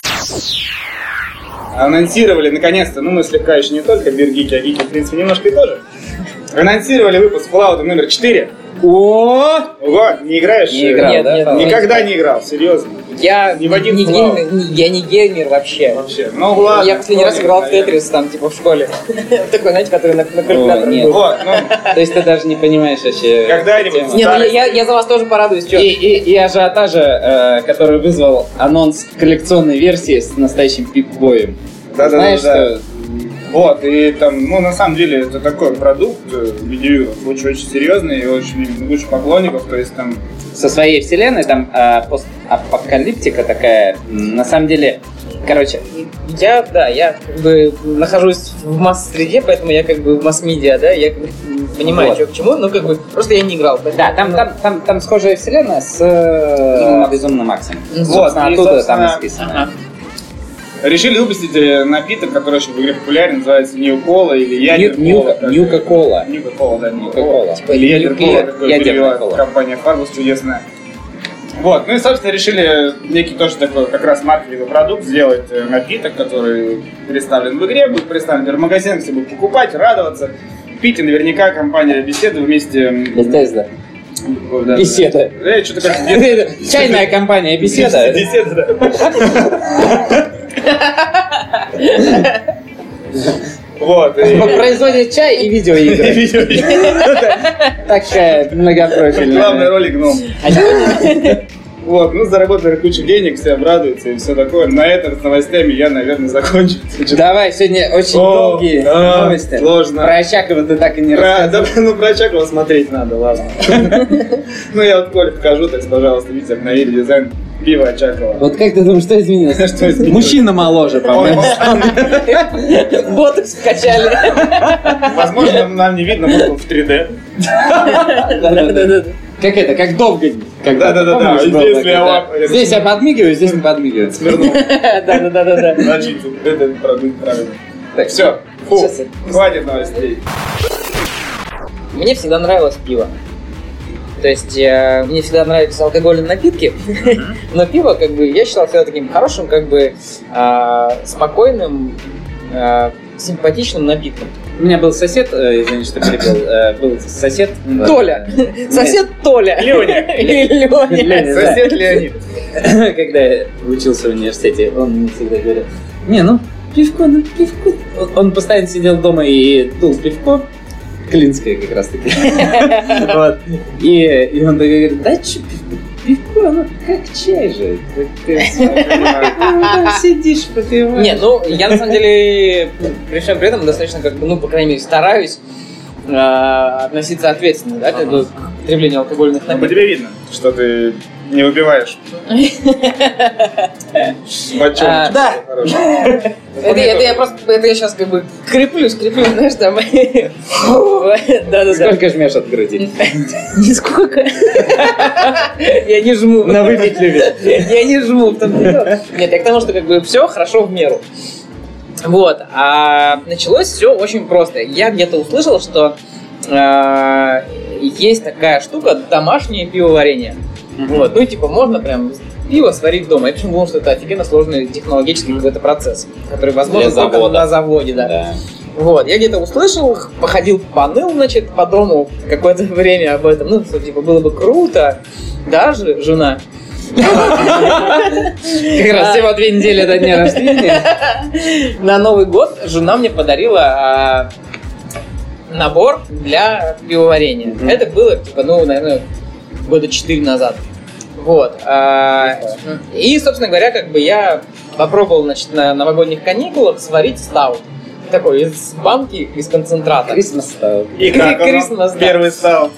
Анонсировали, наконец-то, ну мы слегка еще не только биргики, а гики, в принципе, немножко и тоже. Анонсировали выпуск Fallout номер 4. Ого! Не играешь? Не играл, нет, да? Нет, никогда не играл, серьезно. Я не геймер вообще. Ну ладно. Я последний раз играл в Тетрис, там, типа, в школе. Такой, знаете, который на калькуляторе был. Вот, ну. То есть ты даже не понимаешь вообще... Когда-нибудь. Не, ну я за вас тоже порадуюсь, что. И ажиотажа, который вызвал анонс коллекционной версии с настоящим пип-боем. Знаешь, что... Вот, и там, ну, на самом деле, это такой продукт видеоигр, очень-очень серьезный и очень поклонников, то есть там... Со своей вселенной, там постапокалиптика такая, на самом деле, короче... Я как бы нахожусь в масс-среде, поэтому я как бы в масс-медиа, да, я как бы понимаю, что к чему, но как бы просто я не играл. Да, там схожая вселенная с Безумным Максом. Вот, оттуда там исписано. Решили выпустить напиток, который очень в игре популярен, называется Нью-Кола или Ядер-Кола. Нью-Кола. Нью-Кола, да, Нью-Кола. Или Ядер-Кола, какой перевела компания Фаргус чудесная. Вот, ну и, собственно, решили некий тоже такой как раз маркетинговый продукт сделать напиток, который представлен в игре, будет представлен в магазинах, все будут покупать, радоваться, пить, и наверняка компания Беседа вместе... Bethesda. Да, Беседа. Да, что-то как... Чайная компания Беседа. Беседа, да. Вот. Производит чай и видеоигры. Такая многопрофильная. Главная роль гном. Вот, ну заработали кучу денег, все обрадуются и все такое. На этом с новостями я, наверное, закончу. Давай, сегодня очень долгие новости. Сложно. Про Очакова ты так и не рассказал. Ну, про Очакова смотреть надо, ладно. Ну, я вот Коле покажу, так, пожалуйста, видите, обновили дизайн пива Очакова. Вот как ты думаешь, что изменилось? Что изменилось? Мужчина моложе, по-моему. Ботокс вкачали. Возможно, нам не видно, может, в 3D. Да-да-да. Как это, как Довгань. Да. Здесь я подмигиваю, здесь не подмигиваю. Смирнов. Да. Значит, это продукт правильно. Так, все. Хватит новостей. Мне всегда нравилось пиво. То есть мне всегда нравятся алкогольные напитки, но пиво, как бы, я считал всегда таким хорошим, как бы спокойным, симпатичным напитком. У меня был сосед, извини, что перебил, был сосед... Толя. Сосед Толя. Леня. Леня. Сосед Леонид. Когда я учился в университете, он мне всегда говорил, пивко. Он постоянно сидел дома и пил пивко. Клинское как раз таки. И он такой говорит, да что пивко, как чай же. Ты сидишь, попиваешь. Не, я на самом деле при всем при этом достаточно, по крайней мере, стараюсь относиться ответственно, да, к потреблению алкогольных напитков. По тебе видно, что ты не выпиваешь. Да. Это я сейчас креплю, знаешь, там. Да. Сколько жмешь от груди? Нисколько. Я не жму. На выпить любит. Я не жму. Нет, я к тому, что все хорошо в меру. Вот. А началось все очень просто. Я где-то услышал, что есть такая штука домашнее пивоварение. Вот. Можно прям пиво сварить дома. Я почему думал, что это офигенно сложный технологический какой-то процесс, который возможен только на заводе. Да. Вот. Я где-то услышал, походил, поныл, по дому какое-то время об этом. Было бы круто. Даже жена. Как раз всего 2 недели до дня рождения. На Новый год жена мне подарила набор для пивоварения. Это было, наверное, года 4 назад. Вот. И, собственно говоря, я попробовал, на новогодних каникулах сварить стаут. Такой из банки, из концентрата. Christmas стаут. И как он? Первый стаут.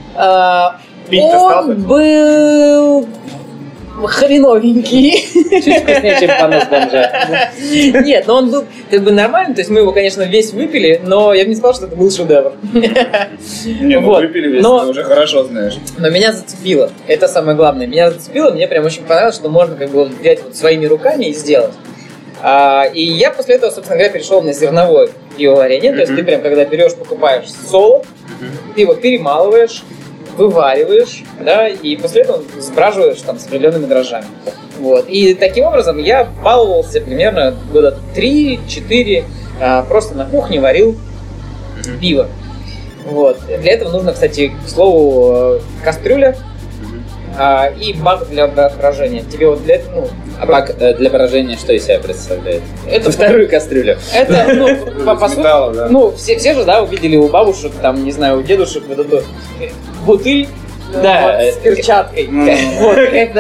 Он был хреновенький. Чуть вкуснее, чем понос бомжа. Нет, он был нормальный, то есть мы его, конечно, весь выпили, но я бы не сказал, что это был шедевр. Не, выпили весь, ты уже хорошо знаешь. Но меня зацепило, это самое главное. Мне прям очень понравилось, что можно взять своими руками и сделать. И я после этого, собственно говоря, перешел на зерновое пивоварение, то есть ты прям, когда берешь, покупаешь солод, ты его перемалываешь, вывариваешь, да, и после этого сбраживаешь с определенными дрожжами. Вот. И таким образом я баловался примерно года 3-4, просто на кухне варил пиво. Вот. Для этого нужно, кстати, к слову, кастрюля и бак для брожения. Тебе для этого, бак для брожения что из себя представляет? Это вторую кастрюлю. Это, по сути, все же, увидели у бабушек, у дедушек вот эту бутыль, с перчаткой. Вот,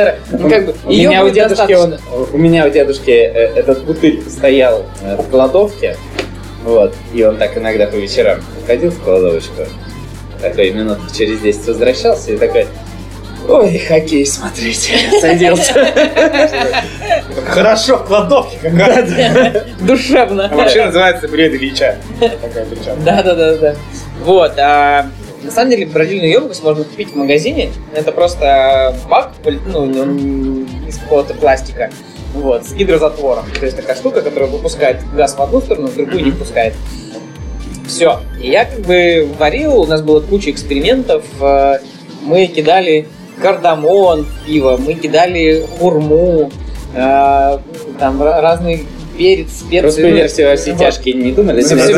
у меня у дедушки этот бутыль стоял в кладовке, вот, и он так иногда по вечерам ходил в кладовочку, такой минут через 10 возвращался и такой: ой, хоккей смотреть, садился. Хорошо в кладовке какая-то. Душевно. Вообще называется «Привет, Ильича». Такая перчатка. Да. Вот, на самом деле бродильную емкость можно купить в магазине. Это просто бак, из какого-то пластика, вот, с гидрозатвором. То есть такая штука, которая выпускает газ в одну сторону, в другую не пускает. Все. И я варил, у нас было куча экспериментов. Мы кидали кардамон в пиво, мы кидали хурму, разный перец, специи. Русскую версию во все тяжкие не думали?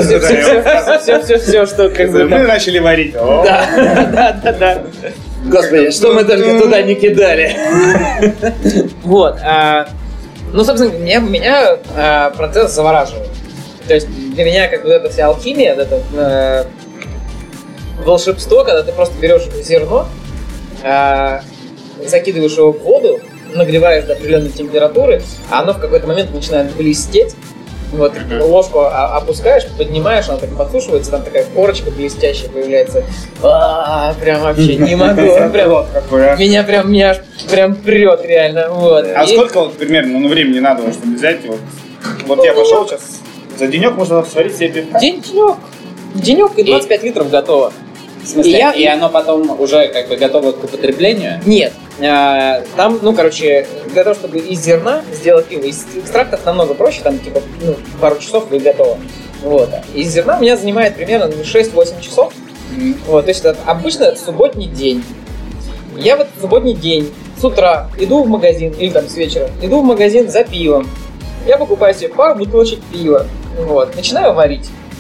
Все, что мы начали варить. Да. Господи, что мы только туда не кидали. Вот. Собственно, меня процесс завораживает. То есть для меня эта вся алхимия, это волшебство, когда ты просто берешь зерно, закидываешь его в воду, нагреваешь до определенной температуры, а оно в какой-то момент начинает блестеть. Вот, ложку опускаешь, поднимаешь, она так подсушивается, там такая корочка блестящая появляется. Прям вообще не могу. Меня прям прет реально. Вот. А сколько примерно времени надо, чтобы взять? Вот я пошел сейчас, за денек можно сварить себе пивка? Денек и 25 литров готово. В смысле, и оно потом уже готово к употреблению? Нет. Там, для того, чтобы из зерна сделать пиво, из экстрактов намного проще, там пару часов и готово. Вот. Из зерна у меня занимает примерно 6-8 часов. Вот, то есть это обычно субботний день. Я в этот субботний день с утра иду в магазин, или с вечера, иду в магазин за пивом. Я покупаю себе пару бутылочек пива. Вот, начинаю варить.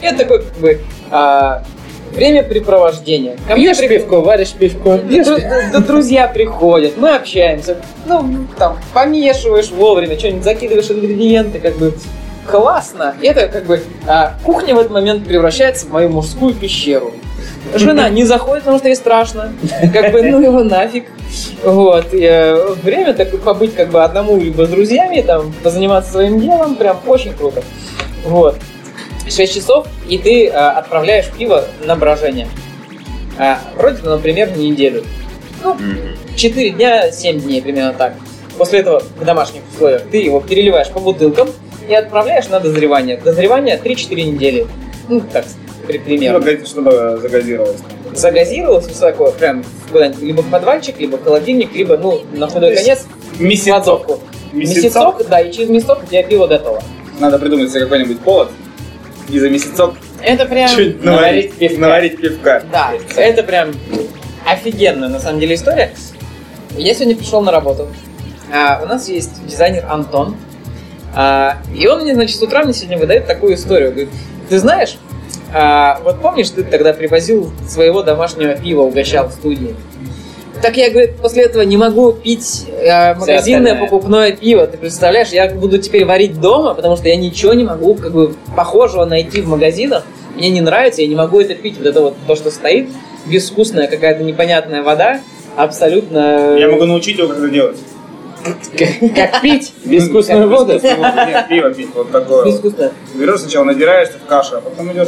Это такое, как бы, времяпрепровождение. Пьешь пивко, варишь пивко. Друзья приходят, мы общаемся. Ну, там, помешиваешь вовремя, что-нибудь закидываешь ингредиенты, как бы классно. Это как бы кухня в этот момент превращается в мою мужскую пещеру. Жена не заходит, потому что ей страшно. Как бы, ну его нафиг. Вот. И, время так побыть как бы одному, либо с друзьями, там, позаниматься своим делом, прям очень круто. Вот. 6 часов, и ты отправляешь пиво на брожение. Вроде, например, на неделю. Ну, 4 дня, 7 дней, примерно так. После этого в домашних условиях ты его переливаешь по бутылкам и отправляешь на дозревание. Дозревание 3-4 недели. Ну, так, примерно. Чтобы загазировалось. Загазировалось высоко, прям куда-нибудь, либо в подвальчик, либо в холодильник, либо, ну, на худой конец, в кладовку. Месяцок, да, и через месяцок у тебя пиво готово. Надо придумать себе какой-нибудь повод и за месяцок это прям наварить пивка. Да, это прям офигенная, на самом деле, история. Я сегодня пришел на работу. У нас есть дизайнер Антон. И он мне, значит, с утра мне сегодня выдает такую историю. Говорит, ты знаешь, вот помнишь, ты тогда привозил своего домашнего пива, угощал в студии? Так я, говорит, после этого не могу пить магазинное покупное пиво. Ты представляешь, я буду теперь варить дома, потому что я ничего не могу как бы похожего найти в магазинах. Мне не нравится, я не могу это пить. Вот это вот то, что стоит, безвкусная какая-то непонятная вода, абсолютно... Я могу научить его, как это делать. Как пить безвкусную воду? Нет, пиво пить, вот такое. Безвкусное. Берешь сначала, надираешься в кашу, а потом идешь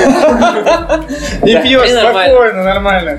и пьешь спокойно, нормально.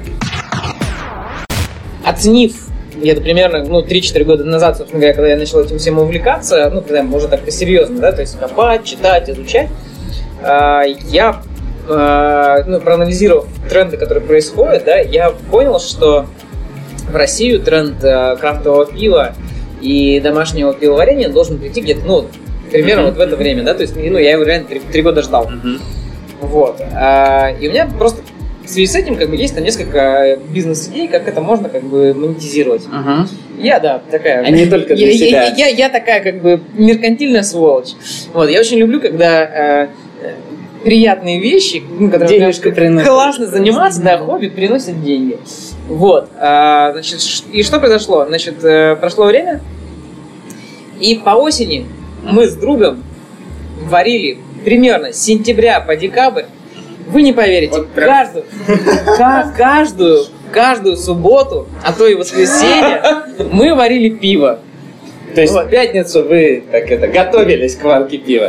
Оценив где-то примерно 3-4 года назад, собственно говоря, когда я начал этим всем увлекаться, когда я уже так серьезно, да, то есть копать, читать, изучать, я, проанализировав тренды, которые происходят, да, я понял, что в Россию тренд крафтового пива и домашнего пивоварения должен прийти где-то, примерно вот в это время, да, то есть, я его реально 3 года ждал. Вот. И у меня просто в связи с этим как бы есть там несколько бизнес-идей, как это можно как бы монетизировать. Я, да, такая... А не только для себя. Я такая как бы меркантильная сволочь. Вот, я очень люблю, когда приятные вещи, которые классно заниматься, да, хобби приносят деньги. Вот. Значит, и что произошло? Значит, прошло время, и по осени мы с другом варили примерно с сентября по декабрь. Вы не поверите, вот каждую субботу, а то и воскресенье мы варили пиво. То есть в пятницу вы готовились к варке пива?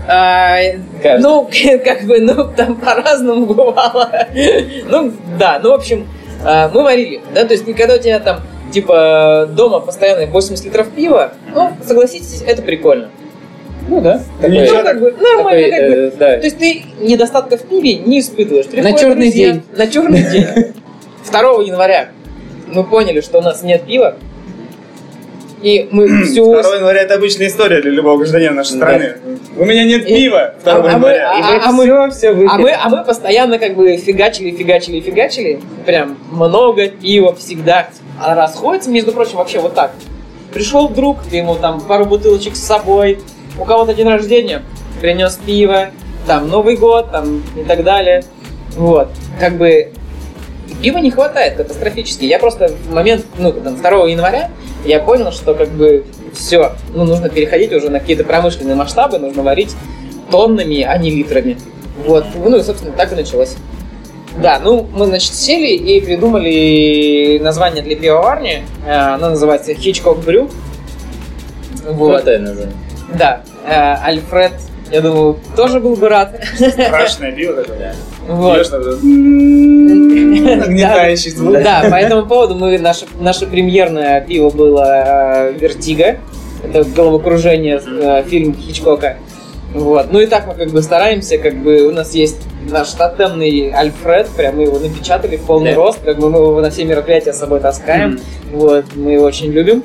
Там по-разному бывало. В общем, мы варили, да, то есть когда у тебя там, дома постоянно 80 литров пива, согласитесь, это прикольно. Ну да. Нормально. То есть ты недостатка в пиве не испытываешь. На черный день. На черный день. 2 января мы поняли, что у нас нет пива. И мы всю 2 января это обычная история для любого гражданина нашей страны. У меня нет пива 2 января. А мы постоянно как бы фигачили. Прям много пива всегда. А расходится, между прочим, вообще вот так. Пришел друг, ты ему там пару бутылочек с собой. У кого-то день рождения, принес пиво, там Новый год, там и так далее. Вот. Как бы пива не хватает катастрофически. Я просто в момент, 2 января я понял, что как бы все, нужно переходить уже на какие-то промышленные масштабы, нужно варить тоннами, а не литрами. Вот. И, собственно, так и началось. Да, мы, значит, сели и придумали название для пивоварни. Оно называется Hitchcock Brew. Вот. Да, Альфред, я думаю, тоже был бы рад. Страшное пиво такое. Вот. Нагнетающий звук. Да, по этому поводу наше премьерное пиво было Вертиго. Это головокружение, фильм Хичкока. Вот. И так мы как бы стараемся, как бы у нас есть наш тотемный Альфред, прям мы его напечатали в полный рост, как бы мы его на все мероприятия с собой таскаем. Вот, мы его очень любим.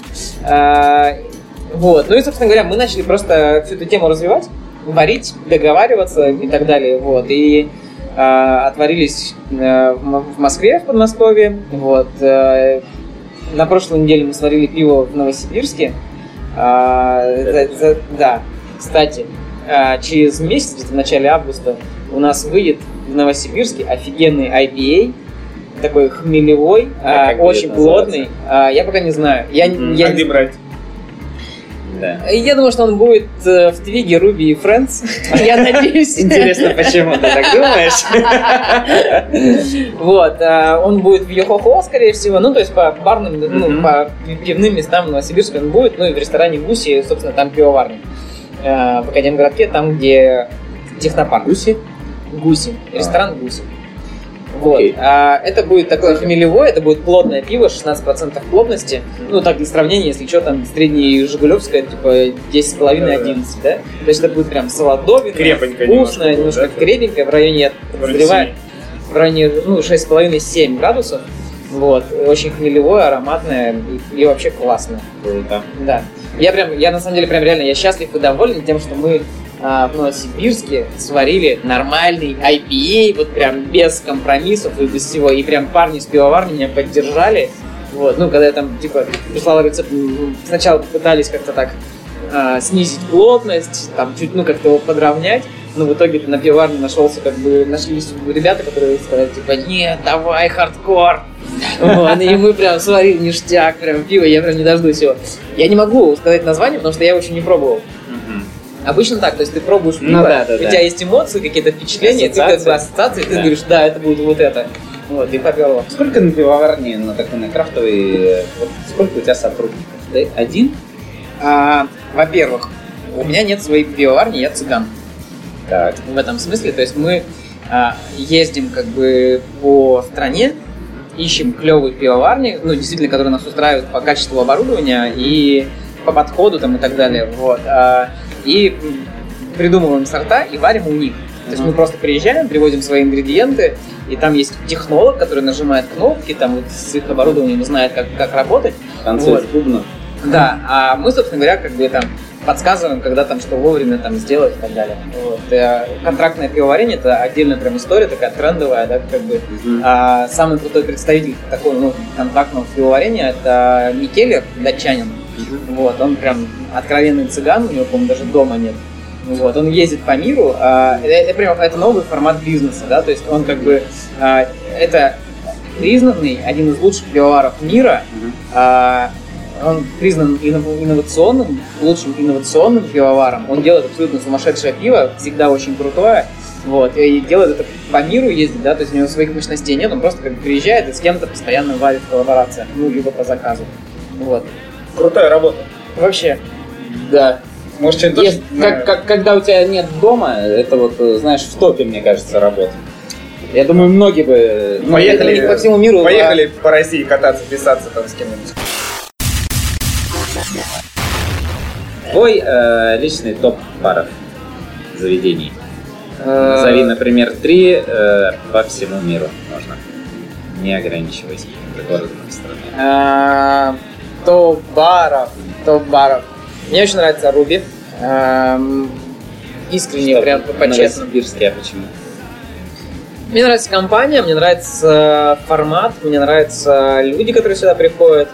Вот. И, собственно говоря, мы начали просто всю эту тему развивать, варить, договариваться и так далее. Вот. И отварились в Москве, в Подмосковье. Вот. На прошлой неделе мы сварили пиво в Новосибирске. Да, кстати, через месяц, в начале августа, у нас выйдет в Новосибирске офигенный IPA, такой хмелевой, очень плотный. Я пока не знаю. Где брать? Да. Я думаю, что он будет в Твиге, Руби и Friends. Я надеюсь. Интересно, почему ты так думаешь? Вот. Он будет в Йо-Хо-Хо, скорее всего. Ну, то есть по барным, по пивным местам в Новосибирске он будет. Ну, и в ресторане Гуси, собственно, там пивоварня. В Академгородке, там, где технопарк. Гуси? Гуси. Ресторан Гуси. Вот. Это будет такое хмелевое, это будет плотное пиво, 16% плотности. Ну, так, для сравнения, если что, там средний Жигулевское, типа 10,5-11, да? То есть это будет прям солодовенькое, вкусное, немножко крепенькое, в районе, я подозреваю, в районе 6,5-7 градусов. Вот. Очень хмелевое, ароматное и вообще классное. Круто. Да. Я на самом деле прям реально, я счастлив и доволен тем, что мы в Новосибирске сварили нормальный IPA, вот прям без компромиссов и без всего. И прям парни с пивоварни меня поддержали. Вот, ну, когда я там, типа, прислал рецепт, сначала пытались как-то так снизить плотность, там, чуть, ну, как-то его подровнять. Но в итоге на пивоварне нашлись ребята, которые сказали, типа, нет, давай хардкор. Вот, и мы прям сварили ништяк, прям пиво, я прям не дождусь его. Я не могу сказать название, потому что я его еще не пробовал. Обычно так, то есть ты пробуешь пиво, у тебя есть эмоции, какие-то впечатления, ассоциации, ты говоришь, да, это будет вот это. Вот, и попёрло. Сколько на пивоварне, на такой, на крафтовой, вот, сколько у тебя сотрудников? Ты один? Во-первых, у меня нет своей пивоварни, я цыган. Так. В этом смысле, то есть мы ездим как бы по стране, ищем клевые пивоварни, ну, действительно, которые нас устраивают по качеству оборудования и по подходу там и так далее, вот. И придумываем сорта и варим у них. То есть мы просто приезжаем, привозим свои ингредиенты, и там есть технолог, который нажимает кнопки, там вот с их оборудованием знает, как работать. Танцует бубна. Да, а мы, собственно говоря, как бы там подсказываем, когда там что вовремя там сделать и так далее. Вот. Контрактное пивоварение — это отдельная прям история, такая трендовая, да, как бы. Самый крутой представитель такого, контрактного пивоварения — это Микелер, датчанин. Вот, он прям откровенный цыган, у него, по-моему, даже дома нет. Вот, он ездит по миру, это новый формат бизнеса, да, то есть он как бы, это признанный, один из лучших пивоваров мира, он признан инновационным, лучшим инновационным пивоваром, он делает абсолютно сумасшедшее пиво, всегда очень крутое, вот, и делает это по миру, ездит, да, то есть у него своих мощностей нет, он просто как бы приезжает и с кем-то постоянно варит в коллаборациях, либо по заказу, вот. Крутая работа. Вообще. Да. Может, что-нибудь... Когда у тебя нет дома, это вот, знаешь, в топе, мне кажется, работа. Я думаю, многие бы... Поехали по всему миру. Поехали по России кататься, писаться там с кем-нибудь. Твой личный топ баров, заведений. Назови, например, 3 по всему миру можно. Не ограничивайся городом и страной. Топ-баров. Мне очень нравится Руби. Искренне, прям по-честному. Новосибирский, а почему? Мне нравится компания, мне нравится формат, мне нравятся люди, которые сюда приходят.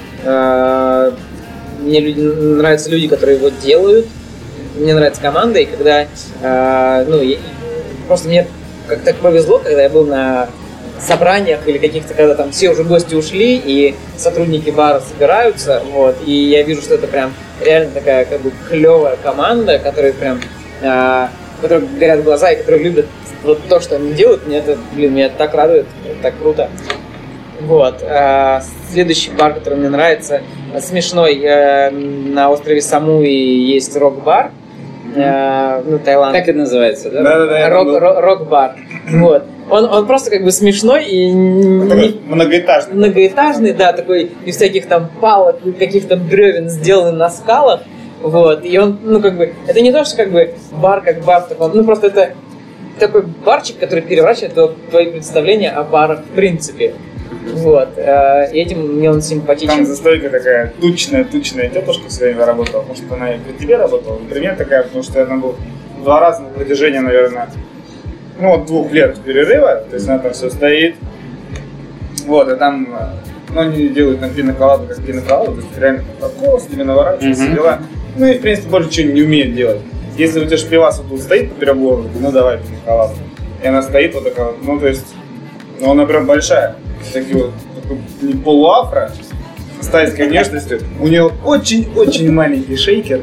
Мне нравятся люди, которые его делают. Мне нравится команда, и когда... просто мне как-то повезло, когда я был на собраниях или каких-то, когда там все уже гости ушли, и сотрудники бара собираются, вот, и я вижу, что это прям реально такая как бы клевая команда, которая прям, которые горят глаза и которые любят вот то, что они делают, меня так радует, так круто. Вот. Следующий бар, который мне нравится, смешной, на острове Самуи есть рок-бар, Таиланд. Как это называется, да? Да. Рок-бар. Вот. Он просто как бы смешной и многоэтажный, да, такой из всяких там палок, каких-то бревен сделанный на скалах. Вот. И он, это не то, что как бы бар как бар, просто это такой барчик, который переворачивает твои представления о барах в принципе. Вот. И этим мне он симпатичен. Там за стойкой такая тучная тетушка все время работала. Может, она и при тебе работала. При мне такая, потому что я там был 2 раза на протяжении, наверное, 2 лет перерыва. То есть она там все стоит. Вот, и там, они делают там пиноколаду, как пиноколаду. То есть реально кокос, тебе наворачивают, все дела. И, в принципе, больше ничего не умеют делать. Если у тебя пивас вот тут стоит поперек города, давай пиноколаду. и она стоит вот такая вот, ну то есть, ну она прям большая, такие вот, такой полуафро, с тайской внешностью, у нее очень-очень маленький шейкер.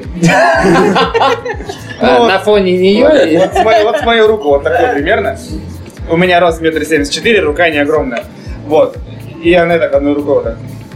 На фоне нее? Вот с мою руку, вот такой примерно. У меня рост 1,74 м, рука не огромная. Вот. И она так одной рукой вот так.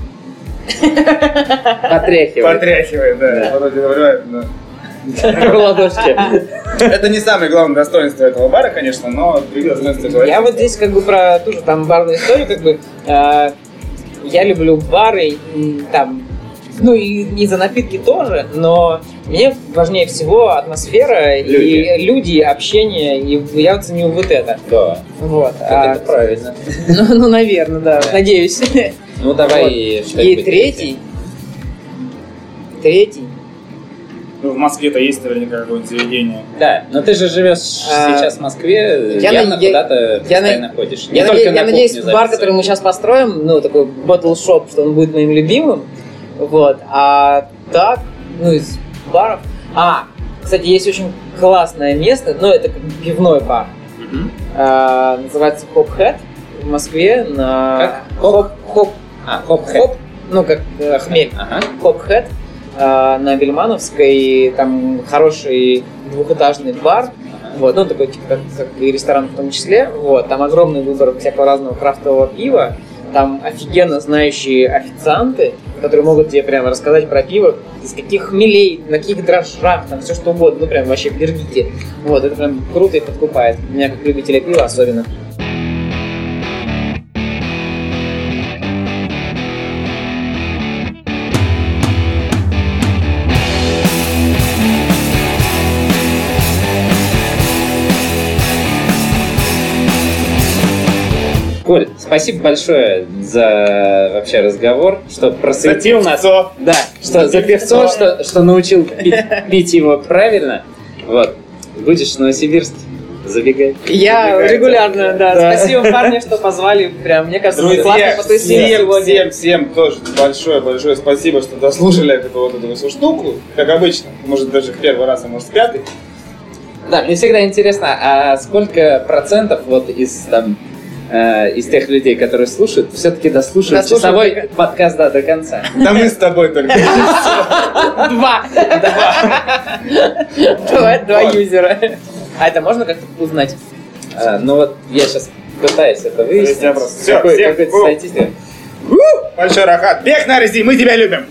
Потряхивает, да. Вроде говорят, да. В ладошке. Это не самое главное достоинство этого бара, конечно, но другие достоинства говорят. Я вот здесь как бы про тоже там барную историю, как бы я люблю бары, там, ну и за напитки тоже, но мне важнее всего атмосфера и люди, общение, и я ценю вот это. Да. Вот. Это правильно. Ну, наверное, да, надеюсь. Ну, давай вот. И третий. Ну, в Москве-то есть наверняка какое-нибудь заведение. Да, но ты же живешь сейчас в Москве, явно куда-то постоянно ходишь. Я надеюсь, бар, который мы сейчас построим, ну, такой bottle shop, что он будет моим любимым. Вот. А так, ну, из баров... Кстати, есть очень классное место, но это как пивной бар. Называется Hop Head в Москве на... Как? Hop Head. Ну, как хмель. Hop Head. На Бельмановской, там хороший двухэтажный бар, вот, ну такой типа как и ресторан в том числе, вот, там огромный выбор всякого разного крафтового пива, там офигенно знающие официанты, которые могут тебе прямо рассказать про пиво, из каких хмелей, на каких дрожжах, там все что угодно, ну прям вообще берегите, вот, это прям круто и подкупает, меня как любителя пива особенно. Коль, спасибо большое за вообще разговор, что просветил нас. Да, что за певцо, что научил пить его правильно. Вот. Будешь в Новосибирске, забегай. Я регулярно, да. Спасибо, парни, что позвали. Прям, мне кажется, мы классно потусили сегодня. Всем тоже большое спасибо, что дослушали эту всю штуку. Как обычно, может даже в первый раз, а может в пятый. Да, мне всегда интересно, а сколько процентов вот из тех людей, которые слушают, все-таки дослушают часовой подкаст до конца. Да мы с тобой только. Два юзера. А это можно как-то узнать? Ну вот я сейчас пытаюсь это выяснить. Какой-то статистика. Большой рахат. Бег на России, мы тебя любим.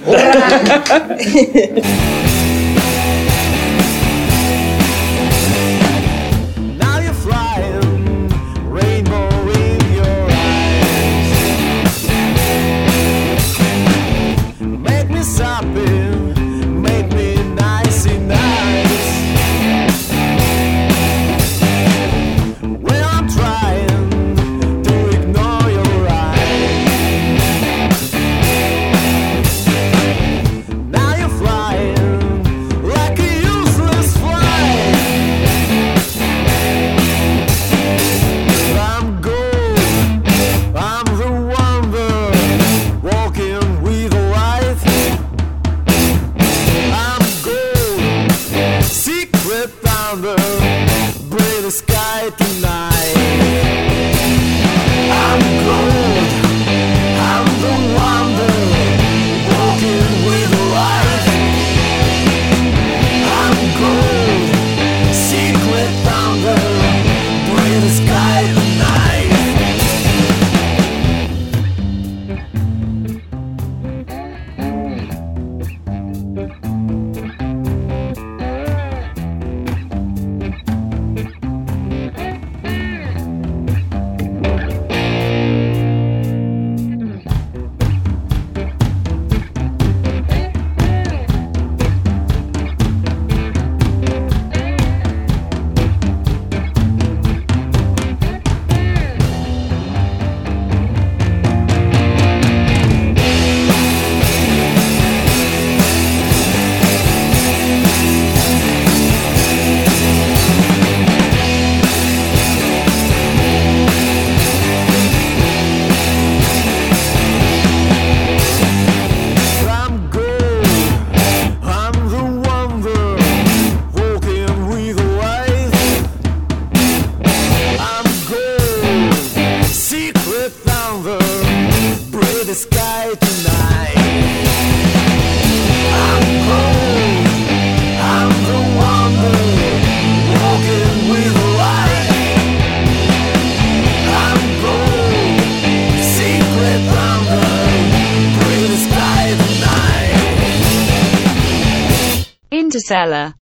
from the pretty sky tonight. I'm cold, I'm the wonder, walking with the light. I'm cold, secret from the pretty sky tonight. Interstellar.